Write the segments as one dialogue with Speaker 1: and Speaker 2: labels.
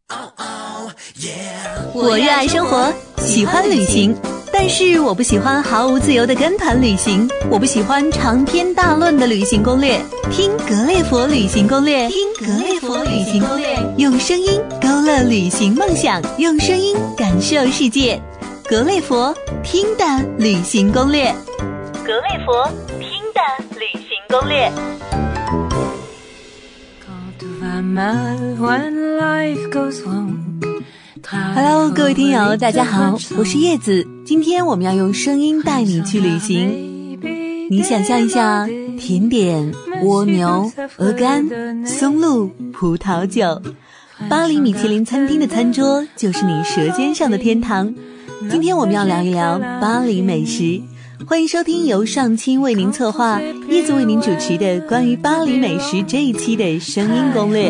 Speaker 1: 我热爱生活，喜欢旅行，但是我不喜欢毫无自由的跟团旅行，我不喜欢长篇大论的旅行攻略。听格列佛旅行攻略，听格列佛旅行攻略，用声音勾勒旅行梦想，用声音感受世界。格列佛听的旅行攻略，格列佛听的旅行攻略。Hello， 各位听友，大家好，我是叶子。今天我们要用声音带你去旅行。你想象一下，甜点、蜗牛、鹅肝、松露、葡萄酒，巴黎米其林餐厅的餐桌就是你舌尖上的天堂。今天我们要聊一聊巴黎美食。欢迎收听由上清为您策划，叶子为您主持的关于巴黎美食这一期的声音攻略。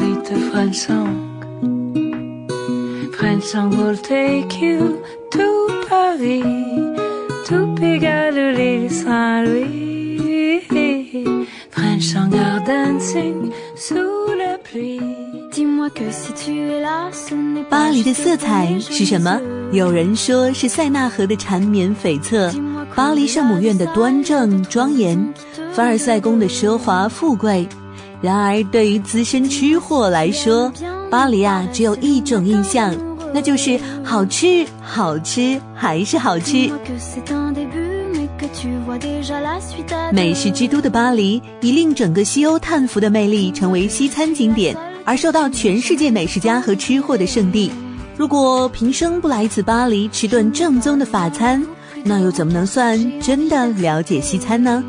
Speaker 2: French will take you to Paris, to Pigalle, l'île Saint-Louis. French are dancing sous la pluie.
Speaker 1: 巴黎的色彩是什么？有人说是塞纳河的缠绵悱恻，巴黎圣母院的端正庄严，凡尔赛宫的奢华富贵。然而对于资深吃货来说，巴黎啊只有一种印象，那就是好吃好吃还是好吃。美食之都的巴黎以令整个西欧叹服的魅力成为西餐景点，而受到全世界美食家和吃货的圣地。如果平生不来一次巴黎吃顿正宗的法餐，那又怎么能算真的了解西餐呢？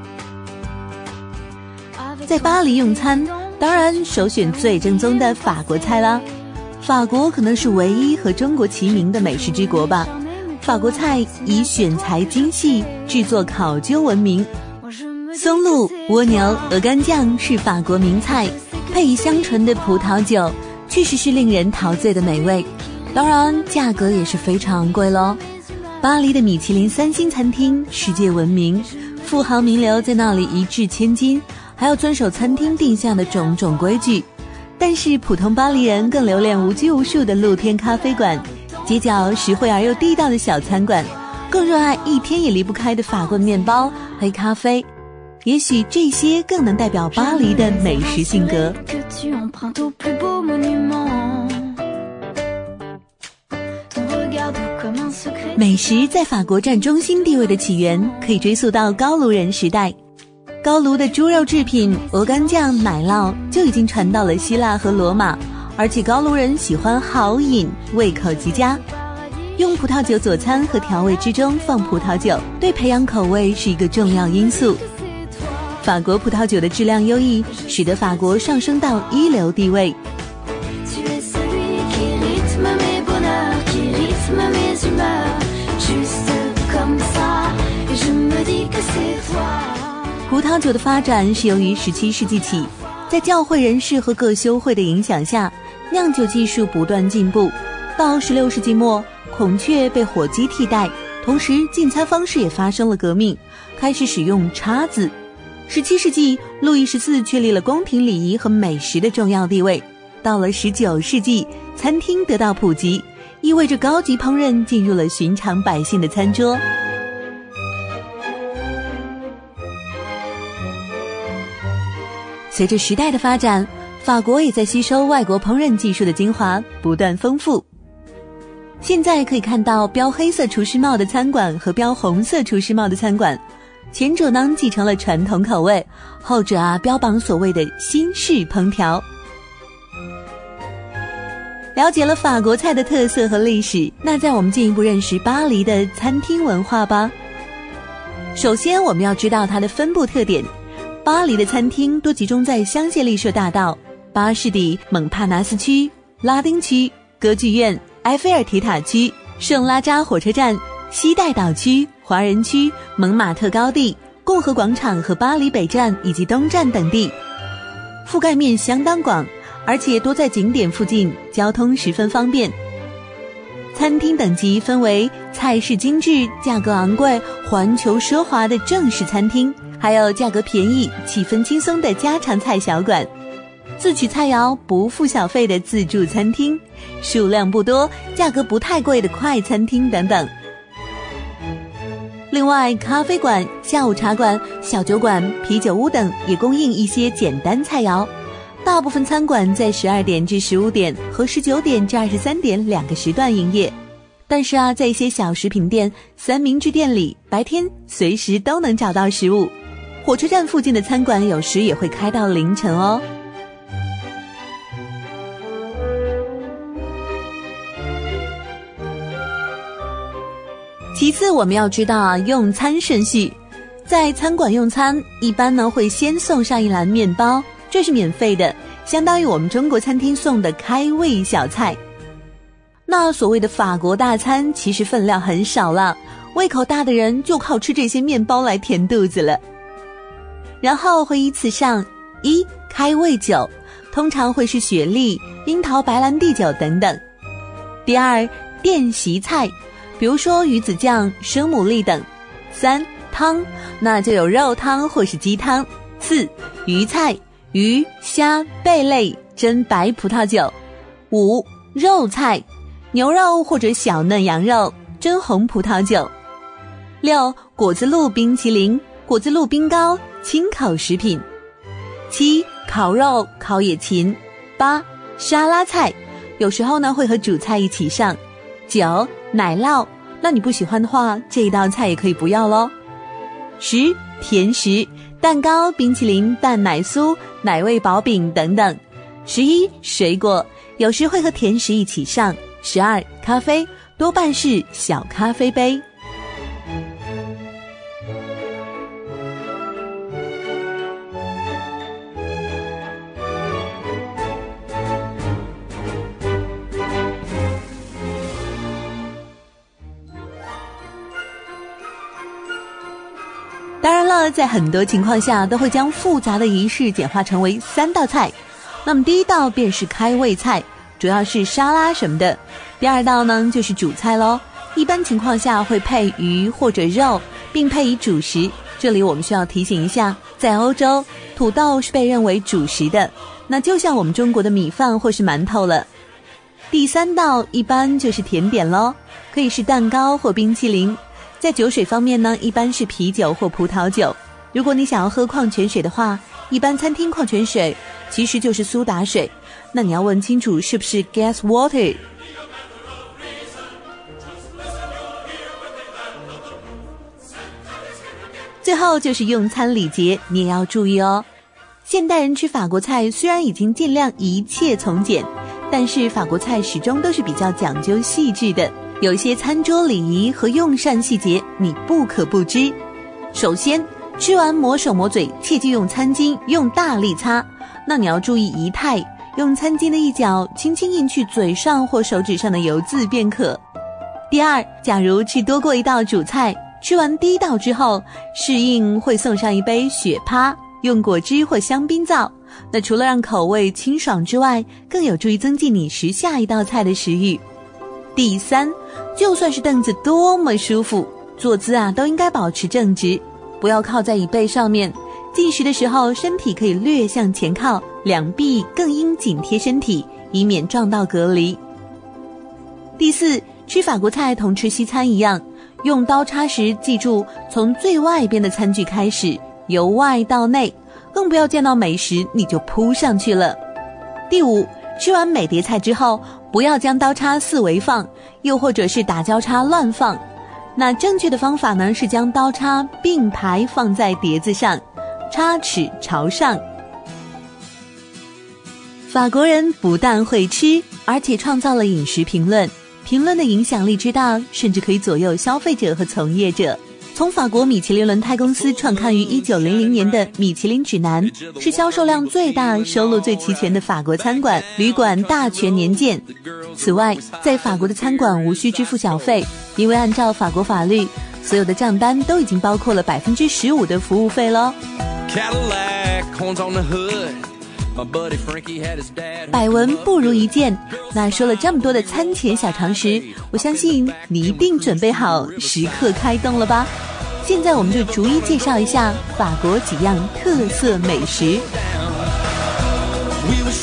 Speaker 1: 在巴黎用餐，当然首选最正宗的法国菜啦。法国可能是唯一和中国齐名的美食之国吧。法国菜以选材精细、制作考究闻名。松露、蜗牛、鹅肝酱是法国名菜，配以香醇的葡萄酒，确实是令人陶醉的美味。当然价格也是非常昂贵咯。巴黎的米其林3星餐厅世界闻名，富豪名流在那里一掷千金，还要遵守餐厅定下的种种规矩。但是普通巴黎人更留恋无拘无束的露天咖啡馆，街角实惠而又地道的小餐馆，更热爱一天也离不开的法棍面包、黑咖啡。也许这些更能代表巴黎的美食性格。美食在法国占中心地位的起源可以追溯到高卢人时代。高卢的猪肉制品、鹅肝酱、奶酪就已经传到了希腊和罗马，而且高卢人喜欢好饮，胃口极佳。用葡萄酒佐餐和调味之中放葡萄酒，对培养口味是一个重要因素。法国葡萄酒的质量优异，使得法国上升到一流地位。葡萄酒的发展是由于17世纪起，在教会人士和各修会的影响下，酿酒技术不断进步。到16世纪末，孔雀被火鸡替代，同时进餐方式也发生了革命，开始使用叉子。17世纪，路易14确立了宫廷礼仪和美食的重要地位。到了19世纪，餐厅得到普及，意味着高级烹饪进入了寻常百姓的餐桌。随着时代的发展，法国也在吸收外国烹饪技术的精华，不断丰富。现在可以看到标黑色厨师帽的餐馆和标红色厨师帽的餐馆，前者呢继承了传统口味，后者标榜所谓的新式烹调。了解了法国菜的特色和历史，那在我们进一步认识巴黎的餐厅文化吧。首先我们要知道它的分布特点。巴黎的餐厅多集中在香榭丽舍大道、巴士底、蒙帕纳斯区、拉丁区、歌剧院、埃菲尔铁塔区、圣拉扎火车站、西带岛区、华人区、蒙马特高地、共和广场和巴黎北站以及东站等地，覆盖面相当广，而且多在景点附近，交通十分方便。餐厅等级分为菜式精致、价格昂贵、环球奢华的正式餐厅，还有价格便宜、气氛轻松的家常菜小馆。 自取菜肴不付小费的自助餐厅，数量不多价格不太贵的快餐厅等等。另外，咖啡馆、下午茶馆、小酒馆、啤酒屋等也供应一些简单菜肴。大部分餐馆在12点至15点和19点至23点2个时段营业。但是在一些小食品店、三明治店里，白天随时都能找到食物。火车站附近的餐馆有时也会开到凌晨哦。其次，我们要知道用餐顺序。在餐馆用餐，一般呢会先送上一篮面包，这是免费的，相当于我们中国餐厅送的开胃小菜。那所谓的法国大餐其实分量很少了，胃口大的人就靠吃这些面包来填肚子了。然后会依次上一开胃酒，通常会是雪莉、樱桃白兰地酒等等。第二宴席菜，比如说鱼子酱、生牡蛎等。三汤，那就有肉汤或是鸡汤。四鱼菜，鱼、虾、贝类，蒸白葡萄酒。五肉菜，牛肉或者小嫩羊肉，蒸红葡萄酒。六果子露冰淇淋、果子露冰糕，清口食品。七烤肉、烤野芹。八沙拉菜，有时候呢会和主菜一起上。九奶酪，那你不喜欢的话，这一道菜也可以不要咯。10甜食，蛋糕、冰淇淋、蛋奶酥、奶味薄饼等等。11水果，有时会和甜食一起上。12咖啡，多半是小咖啡杯。当然了，在很多情况下都会将复杂的仪式简化成为3道菜。那么第一道便是开胃菜，主要是沙拉什么的。第二道呢就是主菜咯，一般情况下会配鱼或者肉，并配以主食。这里我们需要提醒一下，在欧洲土豆是被认为主食的，那就像我们中国的米饭或是馒头了。第三道一般就是甜点咯，可以是蛋糕或冰淇淋。在酒水方面呢，一般是啤酒或葡萄酒。如果你想要喝矿泉水的话，一般餐厅矿泉水其实就是苏打水，那你要问清楚是不是 gas water。 最后就是用餐礼节，你也要注意哦。现代人吃法国菜虽然已经尽量一切从简，但是法国菜始终都是比较讲究细致的，有一些餐桌礼仪和用膳细节你不可不知。首先，吃完抹手抹嘴，切记用餐巾用大力擦，那你要注意仪态，用餐巾的一角轻轻印去嘴上或手指上的油渍便可。第二，假如吃多过一道主菜，吃完第一道之后，侍应会送上一杯雪趴，用果汁或香槟皂，那除了让口味清爽之外，更有助于增进你食下一道菜的食欲。第三，就算是凳子多么舒服，坐姿都应该保持正直，不要靠在椅背上面。进食的时候，身体可以略向前靠，两臂更应紧贴身体，以免撞到隔离。第四，吃法国菜同吃西餐一样，用刀叉时记住从最外边的餐具开始，由外到内，更不要见到美食你就扑上去了。第五，吃完每碟菜之后，不要将刀叉四围放，又或者是打交叉乱放。那正确的方法呢，是将刀叉并排放在碟子上，叉齿朝上。法国人不但会吃，而且创造了饮食评论，评论的影响力之大，甚至可以左右消费者和从业者。从法国米其林轮胎公司创刊于1900年的米其林指南，是销售量最大、收录最齐全的法国餐馆、旅馆大全年鉴。此外，在法国的餐馆无需支付小费，因为按照法国法律，所有的账单都已经包括了15%的服务费咯。百闻不如一见，那说了这么多的餐前小常识，我相信你一定准备好时刻开动了吧。现在我们就逐一介绍一下法国几样特色美食。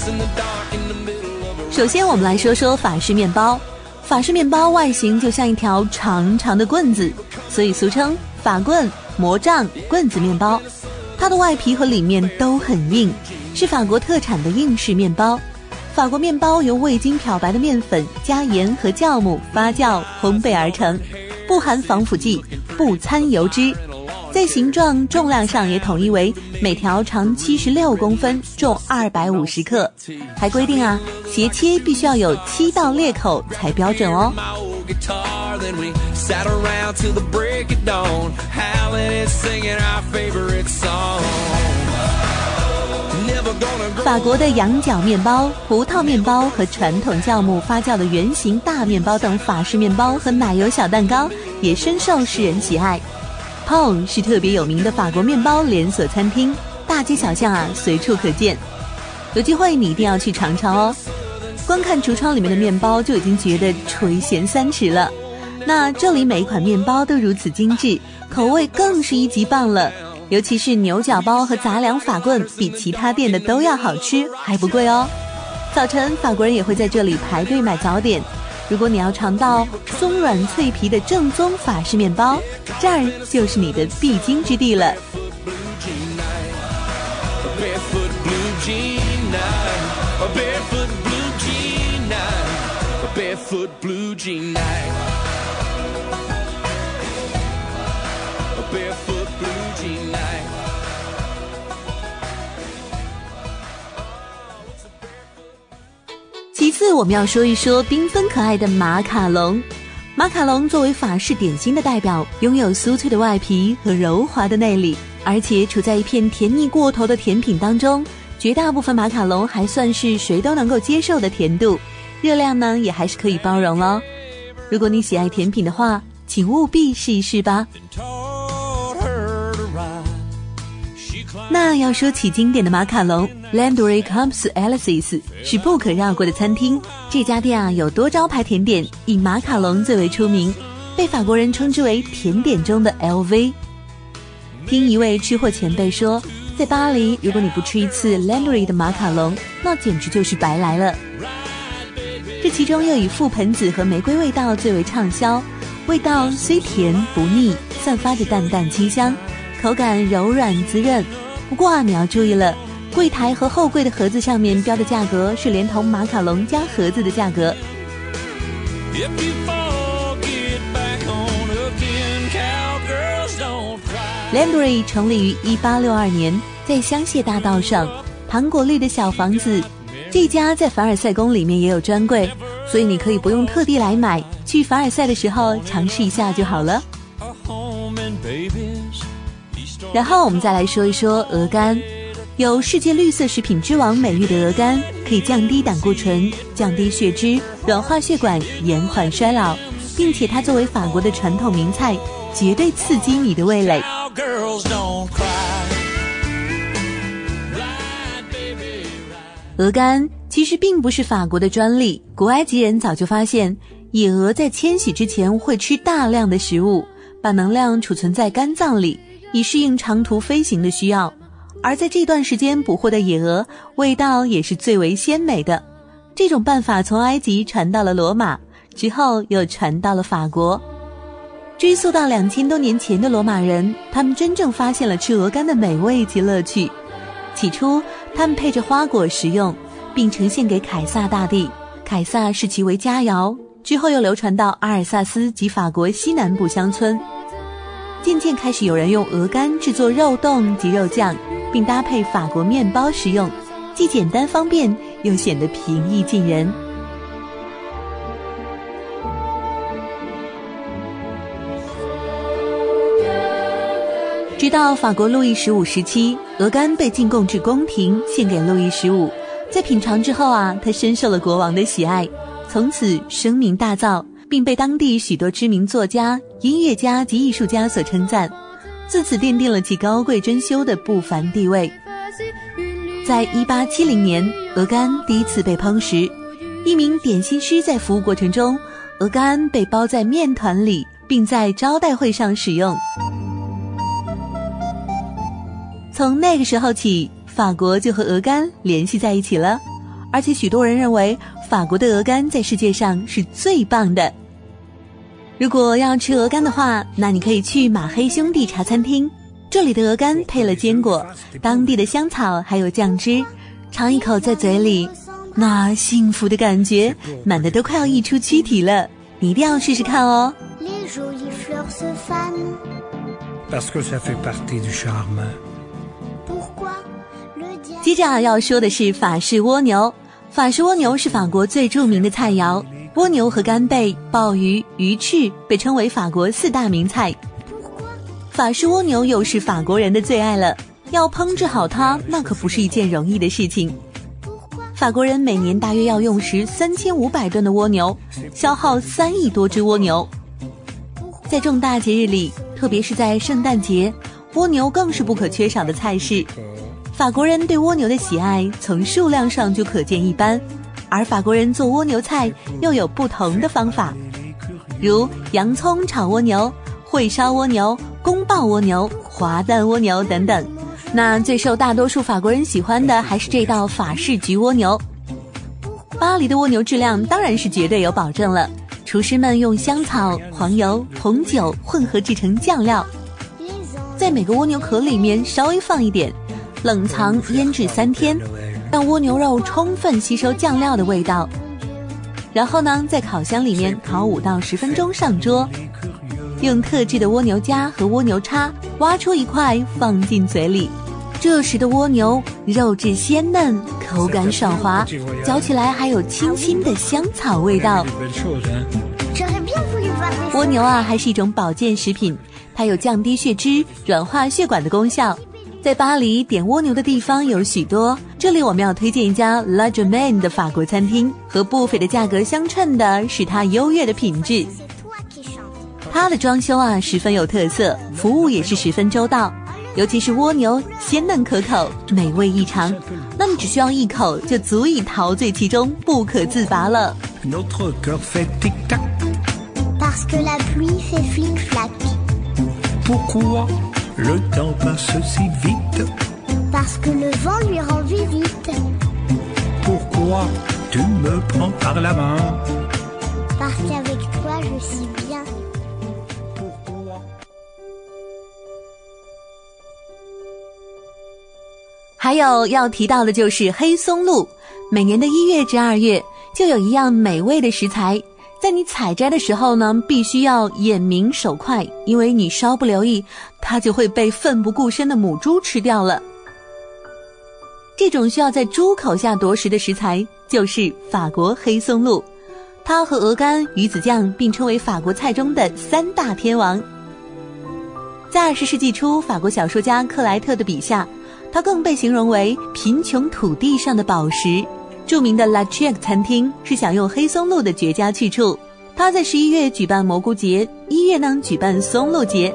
Speaker 1: 首先我们来说说法式面包。法式面包外形就像一条长长的棍子，所以俗称法棍、魔杖、棍子面包。它的外皮和里面都很硬，是法国特产的硬式面包。法国面包由未经漂白的面粉加盐和酵母发酵烘焙而成，不含防腐剂，不掺油脂。在形状重量上也统一为每条长76公分，重250克。还规定啊，斜切必须要有7道裂口才标准哦。法国的羊角面包、葡萄面包和传统酵母发酵的圆形大面包等法式面包和奶油小蛋糕也深受世人喜爱。Pon 是特别有名的法国面包连锁餐厅，大街小巷啊随处可见。有机会你一定要去尝尝哦。光看橱窗里面的面包就已经觉得垂涎三尺了。那这里每一款面包都如此精致，口味更是一级棒了。尤其是牛角包和杂粮法棍，比其他店的都要好吃，还不贵哦。早晨法国人也会在这里排队买早点。如果你要尝到松软脆皮的正宗法式面包，这儿就是你的必经之地了。其次我们要说一说缤纷可爱的马卡龙。马卡龙作为法式点心的代表，拥有酥脆的外皮和柔滑的内里，而且处在一片甜腻过头的甜品当中。绝大部分马卡龙还算是谁都能够接受的甜度，热量呢也还是可以包容咯。如果你喜爱甜品的话，请务必试一试吧。那要说起经典的马卡龙 Landry Camps Alice's 是不可绕过的餐厅。这家店啊有多招牌甜点，以马卡龙最为出名，被法国人称之为甜点中的 LV。 听一位吃货前辈说，在巴黎如果你不吃一次 Landry 的马卡龙，那简直就是白来了。这其中又以覆盆子和玫瑰味道最为畅销，味道虽甜不腻，散发着淡淡清香，口感柔软滋润。不过啊，你要注意了，柜台和后柜的盒子上面标的价格是连同马卡龙加盒子的价格。Landry 成立于1862年，在香榭大道上，糖果绿的小房子。这家在凡尔赛宫里面也有专柜，所以你可以不用特地来买，去凡尔赛的时候尝试一下就好了。然后我们再来说一说鹅肝。有世界绿色食品之王美誉的鹅肝，可以降低胆固醇，降低血脂，软化血管，延缓衰老，并且它作为法国的传统名菜，绝对刺激你的味蕾。鹅肝其实并不是法国的专利，古埃及人早就发现，野鹅在迁徙之前会吃大量的食物，把能量储存在肝脏里，以适应长途飞行的需要。而在这段时间捕获的野鹅，味道也是最为鲜美的。这种办法从埃及传到了罗马，之后又传到了法国。追溯到2000多年前的罗马人，他们真正发现了吃鹅肝的美味及乐趣。起初他们配着花果食用，并呈现给凯撒大帝，凯撒视其为佳肴，之后又流传到阿尔萨斯及法国西南部乡村。渐渐开始有人用鹅肝制作肉冻及肉酱，并搭配法国面包食用，既简单方便，又显得平易近人。直到法国路易15时期，鹅肝被进贡至宫廷，献给路易15。在品尝之后啊，他深受了国王的喜爱，从此声名大噪，并被当地许多知名作家、音乐家及艺术家所称赞，自此奠定了其高贵珍馐的不凡地位。在1870年，鹅肝第一次被烹食，一名点心师在服务过程中，鹅肝被包在面团里，并在招待会上使用。从那个时候起，法国就和鹅肝联系在一起了。 而且许多人认为法国的鹅肝在世界上是最棒的。如果要吃鹅肝的话，那你可以去马黑兄弟茶餐厅，这里的鹅肝配了坚果、当地的香草还有酱汁，尝一口在嘴里，那幸福的感觉满的都快要溢出躯体了，你一定要试试看哦。接着要说的是法式蜗牛。法式蜗牛是法国最著名的菜肴，蜗牛和干贝、鲍鱼、鱼翅被称为法国4大名菜。法式蜗牛又是法国人的最爱了，要烹制好它那可不是一件容易的事情。法国人每年大约要用时3500吨的蜗牛，消耗3亿多只蜗牛。在重大节日里，特别是在圣诞节，蜗牛更是不可缺少的菜式。法国人对蜗牛的喜爱从数量上就可见一斑，而法国人做蜗牛菜又有不同的方法，如洋葱炒蜗牛、烩烧蜗牛、宫爆蜗牛、滑蛋蜗牛等等。那最受大多数法国人喜欢的还是这道法式焗蜗牛。巴黎的蜗牛质量当然是绝对有保证了，厨师们用香草、黄油、红酒混合制成酱料，在每个蜗牛壳里面稍微放一点，冷藏腌制3天，让蜗牛肉充分吸收酱料的味道。然后呢，在烤箱里面烤5到10分钟上桌，用特制的蜗牛夹和蜗牛叉挖出一块放进嘴里。这时的蜗牛肉质鲜嫩，口感爽滑，嚼起来还有清新的香草味道。蜗牛还是一种保健食品，它有降低血脂、软化血管的功效。在巴黎点蜗牛的地方有许多，这里我们要推荐一家 La Germaine 的法国餐厅，和布菲的价格相称的是它优越的品质。它的装修十分有特色，服务也是十分周到，尤其是蜗牛鲜嫩可口，美味异常，那你只需要一口就足以陶醉其中，不可自拔了。
Speaker 3: Notre cœur fait tic-tac Parce que la pluie fait flic-flac Pourquoi le temps passe si vite Parce que le vent lui rend visite Pourquoi tu me prends par la main Parce qu'avec toi je suis bien Pourquoi
Speaker 1: 还有要提到的就是黑松露，每年的1月至2月就有一样美味的食材，在你采摘的时候呢，必须要眼明手快，因为你稍不留意，它就会被奋不顾身的母猪吃掉了。这种需要在猪口下夺食的食材就是法国黑松露，它和鹅肝、鱼子酱并称为法国菜中的3大天王。在20世纪初，法国小说家克莱特的笔下，它更被形容为贫穷土地上的宝石。著名的 La Chic 餐厅是享用黑松露的绝佳去处，它在11月举办蘑菇节，1月呢举办松露节。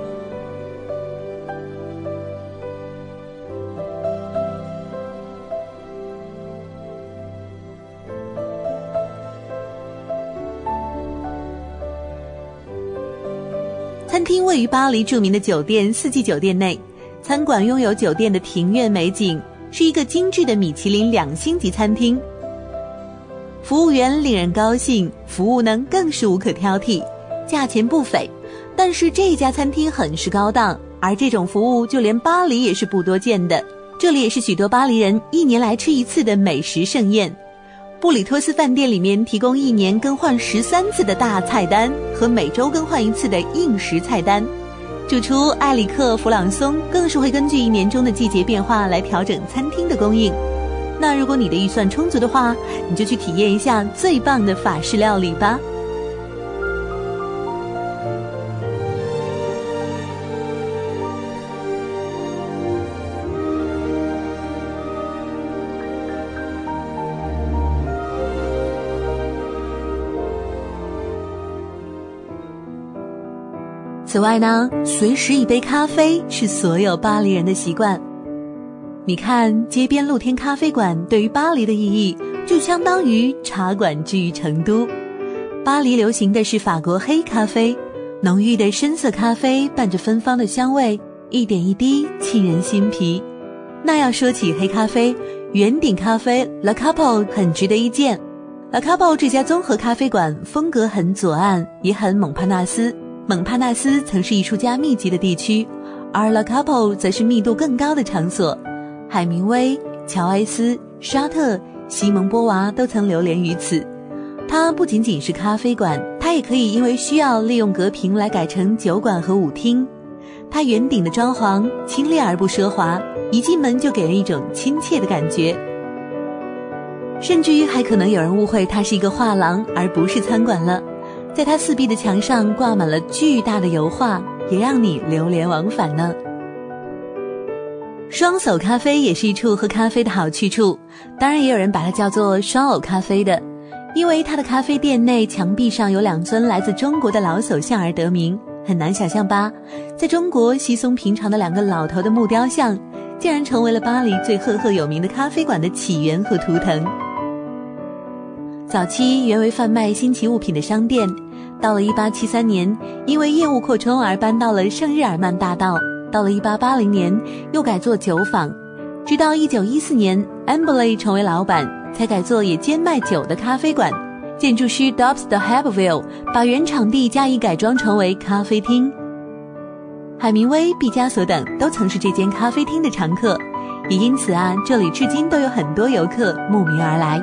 Speaker 1: 餐厅位于巴黎著名的酒店四季酒店内，餐馆拥有酒店的庭院美景，是一个精致的米其林2星级餐厅。服务员令人高兴，服务呢更是无可挑剔，价钱不菲。但是这家餐厅很是高档，而这种服务就连巴黎也是不多见的。这里也是许多巴黎人1年来吃一次的美食盛宴。布里托斯饭店里面提供1年更换13次的大菜单和每周更换1次的硬食菜单。主厨埃里克·弗朗松更是会根据1年中的季节变化来调整餐厅的供应。那如果你的预算充足的话，你就去体验一下最棒的法式料理吧。此外呢，随时一杯咖啡是所有巴黎人的习惯。你看，街边露天咖啡馆对于巴黎的意义，就相当于茶馆之于成都。巴黎流行的是法国黑咖啡，浓郁的深色咖啡伴着芬芳的香味，一点一滴沁人心脾。那要说起黑咖啡， 圆顶咖啡 Le Capo 很值得一见。Le Capo 这家综合咖啡馆风格很左岸，也很蒙帕纳斯。蒙帕纳斯曾是艺术家密集的地区，而 Le Capo 则是密度更高的场所。海明威、乔埃斯、沙特、西蒙波娃都曾流连于此。它不仅仅是咖啡馆，它也可以因为需要利用隔屏来改成酒馆和舞厅。它圆顶的装潢清冽而不奢华，一进门就给人一种亲切的感觉。甚至于还可能有人误会它是一个画廊而不是餐馆了。在它四壁的墙上挂满了巨大的油画，也让你流连忘返呢。双叟咖啡也是一处喝咖啡的好去处，当然也有人把它叫做双偶咖啡的，因为它的咖啡店内墙壁上有2尊来自中国的老叟像而得名。很难想象吧，在中国稀松平常的2个老头的木雕像，竟然成为了巴黎最赫赫有名的咖啡馆的起源和图腾。早期原为贩卖新奇物品的商店，到了1873年因为业务扩充而搬到了圣日耳曼大道，到了1880年又改做酒坊，直到1914年 Amberley 成为老板，才改做也兼卖酒的咖啡馆。建筑师 Dobbs de Haberville 把原场地加以改装成为咖啡厅。海明威、毕加索等都曾是这间咖啡厅的常客，也因此这里至今都有很多游客慕名而来。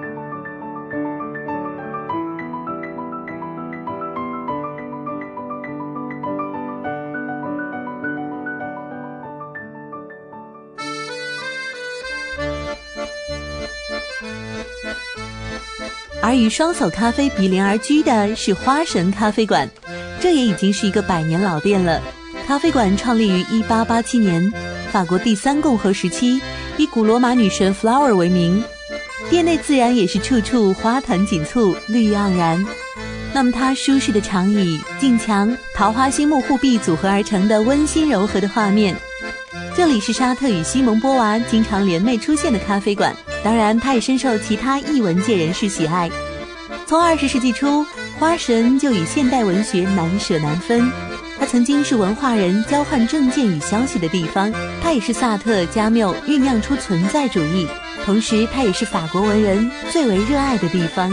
Speaker 1: 而与双叟咖啡比邻而居的是花神咖啡馆，这也已经是一个100年老店了。咖啡馆创立于1887年，法国第3共和时期，以古罗马女神 Flower 为名。店内自然也是处处花团锦簇，绿意盎然。那么它舒适的长椅、镜墙、桃花心木护壁组合而成的温馨柔和的画面。这里是沙特与西蒙波娃经常联袂出现的咖啡馆，当然它也深受其他艺文界人士喜爱。从20世纪初，花神就与现代文学难舍难分。它曾经是文化人交换证件与消息的地方，它也是萨特、加缪酝酿出存在主义，同时它也是法国文人最为热爱的地方。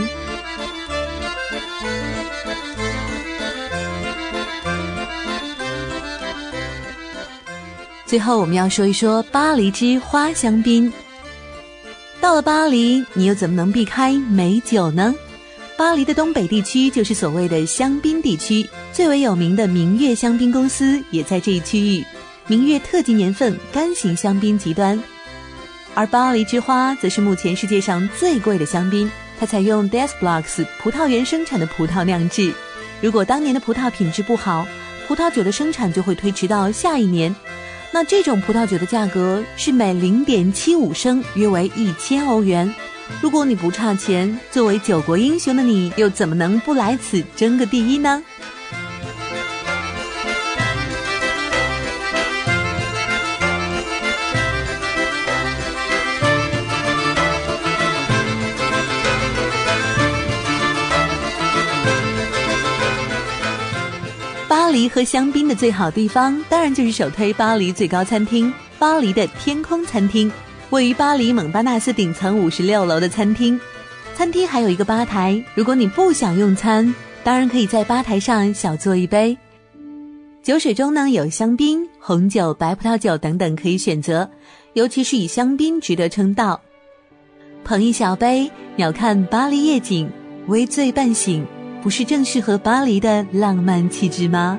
Speaker 1: 最后我们要说一说巴黎之花香槟。到了巴黎，你又怎么能避开美酒呢？巴黎的东北地区就是所谓的香槟地区，最为有名的明月香槟公司也在这一区域。明月特级年份干型香槟极端，而巴黎之花则是目前世界上最贵的香槟，它采用 Des Blocs 葡萄园生产的葡萄酿制。如果当年的葡萄品质不好，葡萄酒的生产就会推迟到下一年。那这种葡萄酒的价格是每 0.75 升约为1000欧元。如果你不差钱，作为酒国英雄的你又怎么能不来此争个第一呢？巴黎喝香槟的最好地方当然就是首推巴黎最高餐厅巴黎的天空餐厅，位于巴黎蒙巴纳斯顶层56楼的餐厅。餐厅还有一个吧台，如果你不想用餐，当然可以在吧台上小坐一杯。酒水中呢有香槟、红酒、白葡萄酒等等可以选择，尤其是以香槟值得称道。捧一小杯，鸟瞰巴黎夜景，微醉半醒，不是正适合巴黎的浪漫气质吗？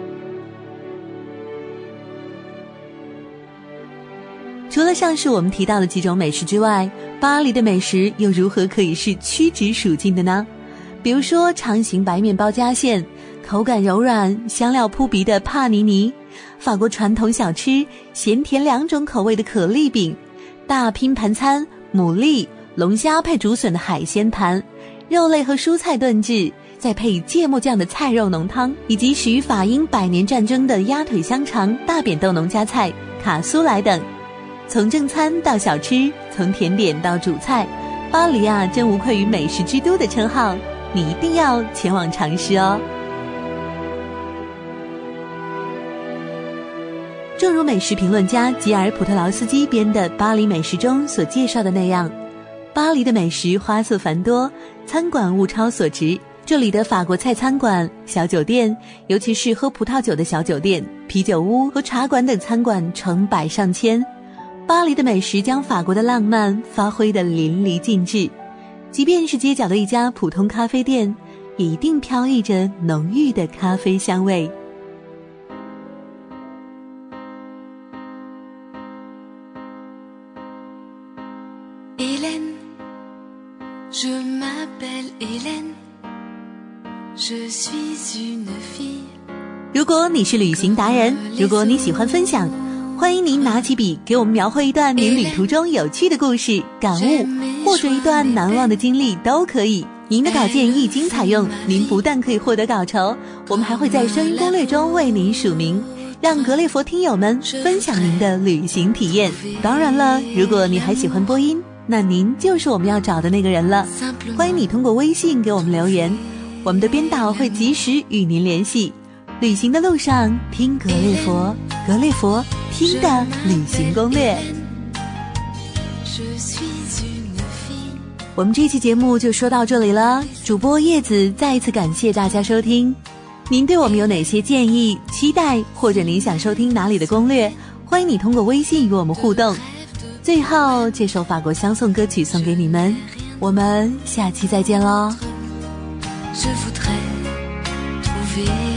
Speaker 1: 除了上述我们提到的几种美食之外，巴黎的美食又如何可以是屈指数尽的呢？比如说长形白面包夹馅，口感柔软，香料扑鼻的帕尼尼，法国传统小吃咸甜2种口味的可丽饼，大拼盘餐，牡蛎、龙虾配竹笋的海鲜盘，肉类和蔬菜炖制，再配芥末酱的菜肉浓汤，以及始于法英100年战争的鸭腿香肠、大扁豆农家菜、卡苏莱等。从正餐到小吃，从甜点到主菜，巴黎真无愧于美食之都的称号，你一定要前往尝试哦。正如美食评论家吉尔·普特劳斯基编的《巴黎美食》中所介绍的那样，巴黎的美食花色繁多，餐馆物超所值。这里的法国菜餐馆、小酒店，尤其是喝葡萄酒的小酒店、啤酒屋和茶馆等餐馆成百上千。巴黎的美食将法国的浪漫发挥得淋漓尽致，即便是街角的一家普通咖啡店，也一定飘溢着浓郁的咖啡香味。
Speaker 2: Hélène, je m'appelle Hélène, je suis une fille。
Speaker 1: 如果你是旅行达人，如果你喜欢分享，欢迎您拿起笔给我们描绘一段您旅途中有趣的故事、感悟，或者一段难忘的经历都可以。您的稿件一经采用，您不但可以获得稿酬，我们还会在声音攻略中为您署名，让格列佛听友们分享您的旅行体验。当然了，如果你还喜欢播音，那您就是我们要找的那个人了。欢迎你通过微信给我们留言，我们的编导会及时与您联系。旅行的路上听格列佛，格列佛听的旅行攻略。我们这期节目就说到这里了，主播叶子再一次感谢大家收听。您对我们有哪些建议、期待，或者您想收听哪里的攻略，欢迎你通过微信与我们互动。最后，这首法国香颂歌曲送给你们，我们下期再见咯。Je voudrais trouver